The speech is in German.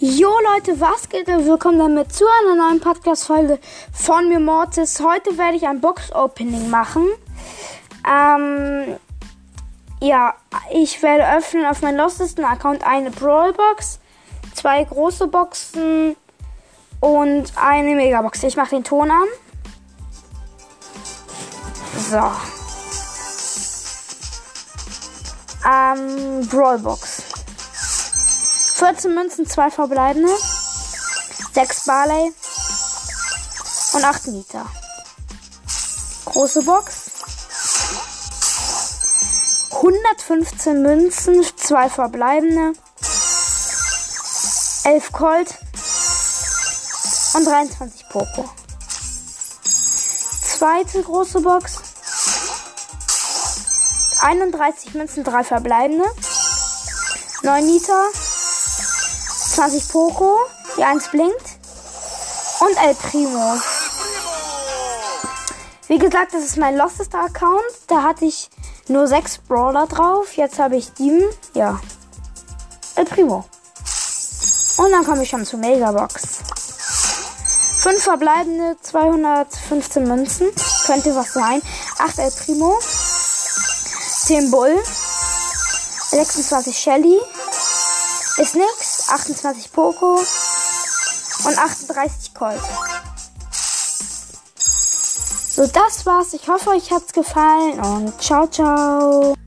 Jo Leute, was geht? Willkommen damit zu einer neuen Podcast-Folge von mir, Mortis. Heute werde ich ein Box-Opening machen. Ja, ich werde öffnen auf meinem lostesten Account eine Brawl-Box, 2 große Boxen und eine Megabox. Ich mache den Ton an. So. Brawl-Box. 14 Münzen, 2 verbleibende, 6 Barley und 8 Nita. Große Box. 115 Münzen, 2 verbleibende, 11 Colt und 23 Poco. Zweite große Box. 31 Münzen, 3 verbleibende, 9 Nita, 20 Poco, die 1 blinkt und El Primo. Wie gesagt, das ist mein lostester Account. Da hatte ich nur 6 Brawler drauf. Jetzt habe ich 7. Ja. El Primo. Und dann komme ich schon zur Megabox. 5 verbleibende, 215 Münzen. Könnte was sein. 8 El Primo. 10 Bull. 26 Shelly. Ist nix. 28 Poco. Und 38 Colt. So, das war's. Ich hoffe, euch hat's gefallen. Und ciao, ciao.